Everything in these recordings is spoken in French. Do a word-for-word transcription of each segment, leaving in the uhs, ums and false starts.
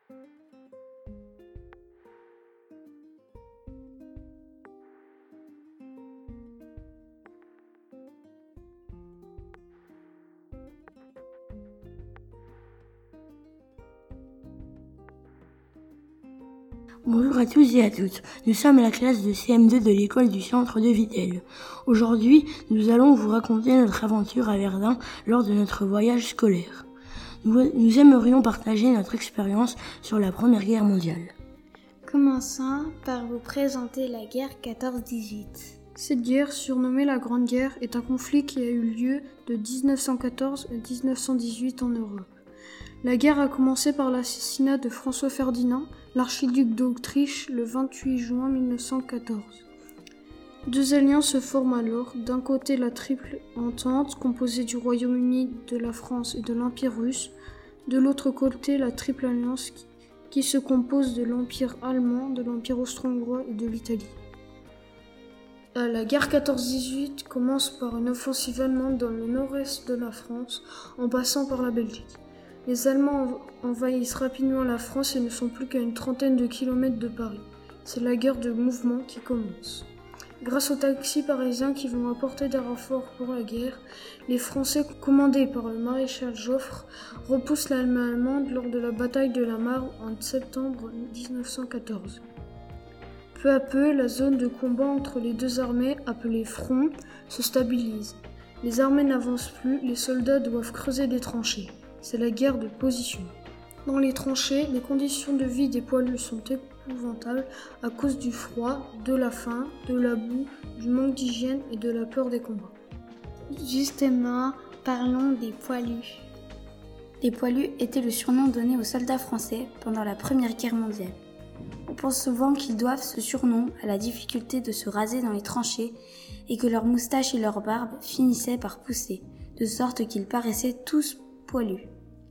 Bonjour à tous et à toutes, nous sommes la classe de C M deux de l'école du centre de Vittel. Aujourd'hui, nous allons vous raconter notre aventure à Verdun lors de notre voyage scolaire. Nous, nous aimerions partager notre expérience sur la Première Guerre mondiale. Commençons par vous présenter la guerre quatorze dix-huit. Cette guerre, surnommée la Grande Guerre, est un conflit qui a eu lieu de dix-neuf cent quatorze à dix-neuf cent dix-huit en Europe. La guerre a commencé par l'assassinat de François Ferdinand, l'archiduc d'Autriche, le vingt-huit juin mille neuf cent quatorze. Deux alliances se forment alors, d'un côté la Triple Entente, composée du Royaume-Uni, de la France et de l'Empire russe, de l'autre côté la Triple Alliance qui, qui se compose de l'Empire allemand, de l'Empire austro-hongrois et de l'Italie. La guerre quatorze dix-huit commence par une offensive allemande dans le nord-est de la France, en passant par la Belgique. Les Allemands envahissent rapidement la France et ne sont plus qu'à une trentaine de kilomètres de Paris. C'est la guerre de mouvement qui commence. Grâce aux taxis parisiens qui vont apporter des renforts pour la guerre, les Français, commandés par le maréchal Joffre, repoussent l'armée allemande lors de la bataille de la Marne en septembre dix-neuf cent quatorze. Peu à peu, la zone de combat entre les deux armées, appelée front, se stabilise. Les armées n'avancent plus, les soldats doivent creuser des tranchées. C'est la guerre de position. Dans les tranchées, les conditions de vie des poilus sont épouvantables à cause du froid, de la faim, de la boue, du manque d'hygiène et de la peur des combats. Justement, parlons des poilus. Les poilus étaient le surnom donné aux soldats français pendant la Première Guerre mondiale. On pense souvent qu'ils doivent ce surnom à la difficulté de se raser dans les tranchées et que leurs moustaches et leurs barbes finissaient par pousser, de sorte qu'ils paraissaient tous poilus.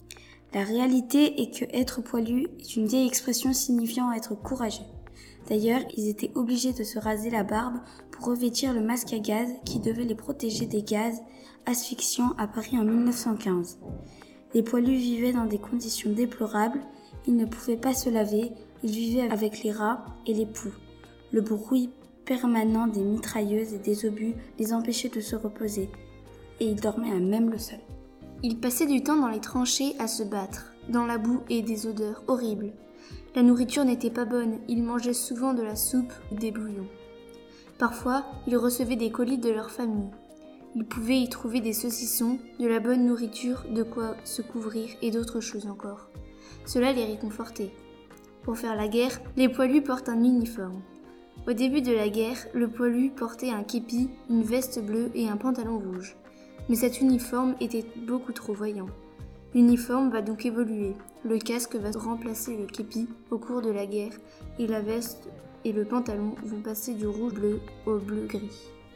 La réalité est que être poilu est une vieille expression signifiant être courageux. D'ailleurs, ils étaient obligés de se raser la barbe pour revêtir le masque à gaz qui devait les protéger des gaz asphyxiants à Paris en mille neuf cent quinze. Les poilus vivaient dans des conditions déplorables, ils ne pouvaient pas se laver, ils vivaient avec les rats et les poux. Le bruit permanent des mitrailleuses et des obus les empêchait de se reposer, et ils dormaient à même le sol. Ils passaient du temps dans les tranchées à se battre, dans la boue et des odeurs horribles. La nourriture n'était pas bonne, ils mangeaient souvent de la soupe ou des bouillons. Parfois, ils recevaient des colis de leur famille. Ils pouvaient y trouver des saucissons, de la bonne nourriture, de quoi se couvrir et d'autres choses encore. Cela les réconfortait. Pour faire la guerre, les poilus portent un uniforme. Au début de la guerre, le poilu portait un képi, une veste bleue et un pantalon rouge. Mais cet uniforme était beaucoup trop voyant. L'uniforme va donc évoluer. Le casque va remplacer le képi au cours de la guerre et la veste et le pantalon vont passer du rouge-bleu au bleu-gris.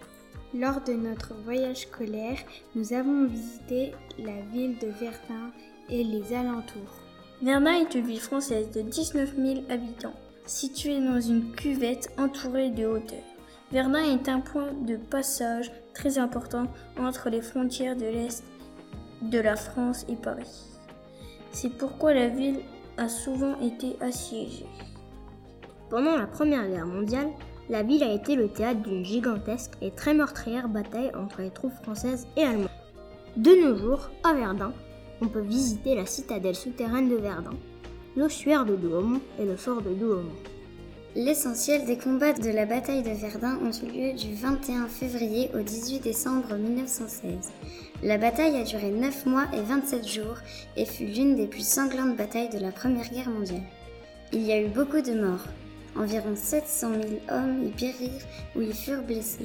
Lors de notre voyage scolaire, nous avons visité la ville de Verdun et les alentours. Verdun est une ville française de dix-neuf mille habitants, située dans une cuvette entourée de hauteur. Verdun est un point de passage très important entre les frontières de l'Est de la France et Paris. C'est pourquoi la ville a souvent été assiégée. Pendant la Première Guerre mondiale, la ville a été le théâtre d'une gigantesque et très meurtrière bataille entre les troupes françaises et allemandes. De nos jours, à Verdun, on peut visiter la citadelle souterraine de Verdun, l'ossuaire de Douaumont et le fort de Douaumont. L'essentiel des combats de la bataille de Verdun ont eu lieu du vingt et un février au dix-huit décembre mille neuf cent seize. La bataille a duré neuf mois et vingt-sept jours et fut l'une des plus sanglantes batailles de la Première Guerre mondiale. Il y a eu beaucoup de morts. Environ sept cent mille hommes y périrent ou y furent blessés.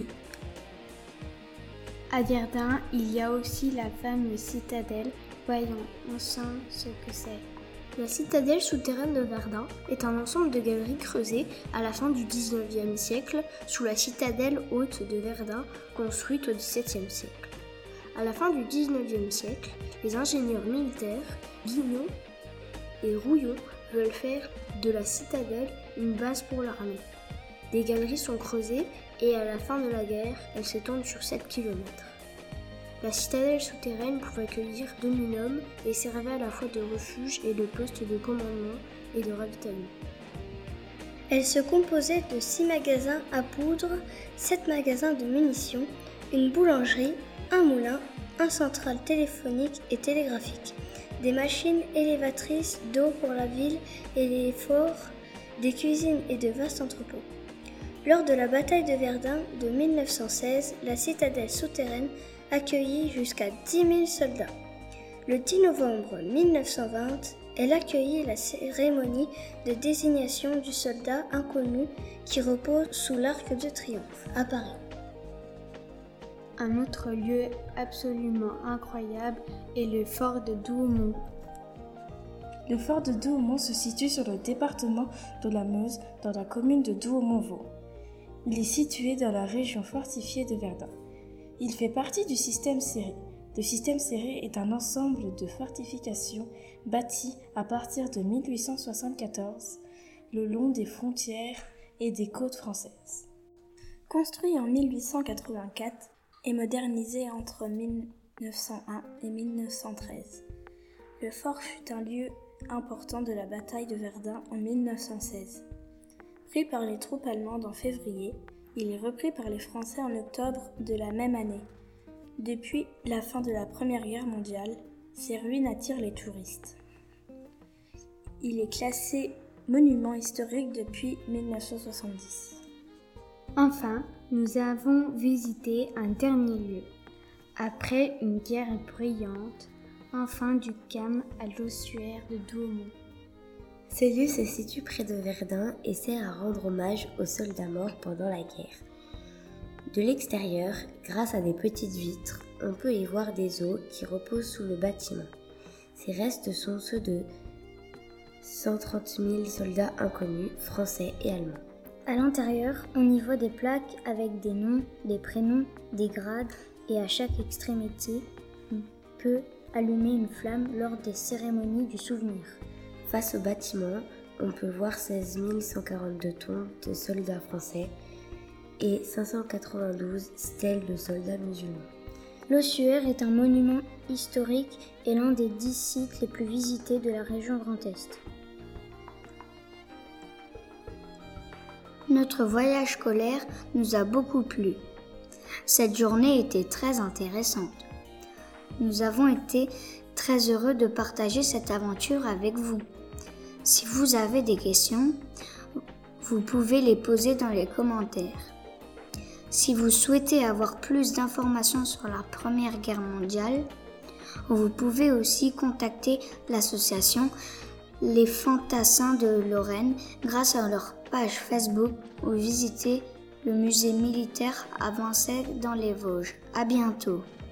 À Verdun, il y a aussi la fameuse citadelle. Voyons ensemble ce que c'est. La citadelle souterraine de Verdun est un ensemble de galeries creusées à la fin du dix-neuvième siècle sous la citadelle haute de Verdun construite au dix-septième siècle. À la fin du dix-neuvième siècle, les ingénieurs militaires Guignon et Rouillon veulent faire de la citadelle une base pour l'armée. Des galeries sont creusées et à la fin de la guerre, elles s'étendent sur sept kilomètres. La citadelle souterraine pouvait accueillir deux mille hommes et servait à la fois de refuge et de poste de commandement et de ravitaillement. Elle se composait de six magasins à poudre, sept magasins de munitions, une boulangerie, un moulin, un central téléphonique et télégraphique, des machines élévatrices d'eau pour la ville et les forts, des cuisines et de vastes entrepôts. Lors de la bataille de Verdun de mille neuf cent seize, la citadelle souterraine accueillit jusqu'à dix mille soldats. Le dix novembre mille neuf cent vingt, elle accueillit la cérémonie de désignation du soldat inconnu qui repose sous l'Arc de Triomphe à Paris. Un autre lieu absolument incroyable est le fort de Douaumont. Le fort de Douaumont se situe sur le département de la Meuse, dans la commune de Douaumont-Vaux. Il est situé dans la région fortifiée de Verdun. Il fait partie du système serré. Le système serré est un ensemble de fortifications bâties à partir de mille huit cent soixante-quatorze le long des frontières et des côtes françaises. Construit en mille huit cent quatre-vingt-quatre et modernisé entre mille neuf cent un et mille neuf cent treize, le fort fut un lieu important de la bataille de Verdun en mille neuf cent seize. Pris par les troupes allemandes en février, il est repris par les Français en octobre de la même année. Depuis la fin de la Première Guerre mondiale, ces ruines attirent les touristes. Il est classé monument historique depuis mille neuf cent soixante-dix. Enfin, nous avons visité un dernier lieu. Après une guerre brillante, enfin du calme à l'ossuaire de Douaumont. Ce lieu se situe près de Verdun et sert à rendre hommage aux soldats morts pendant la guerre. De l'extérieur, grâce à des petites vitres, on peut y voir des os qui reposent sous le bâtiment. Ces restes sont ceux de cent trente mille soldats inconnus, français et allemands. À l'intérieur, on y voit des plaques avec des noms, des prénoms, des grades et à chaque extrémité, on peut allumer une flamme lors des cérémonies du souvenir. Face au bâtiment, on peut voir seize mille cent quarante-deux tombes de soldats français et cinq cent quatre-vingt-douze stèles de soldats musulmans. L'ossuaire est un monument historique et l'un des dix sites les plus visités de la région Grand Est. Notre voyage scolaire nous a beaucoup plu. Cette journée était très intéressante. Nous avons été très heureux de partager cette aventure avec vous. Si vous avez des questions, vous pouvez les poser dans les commentaires. Si vous souhaitez avoir plus d'informations sur la Première Guerre mondiale, vous pouvez aussi contacter l'association Les Fantassins de Lorraine grâce à leur page Facebook ou visiter le musée militaire à Vincennes dans les Vosges. À bientôt.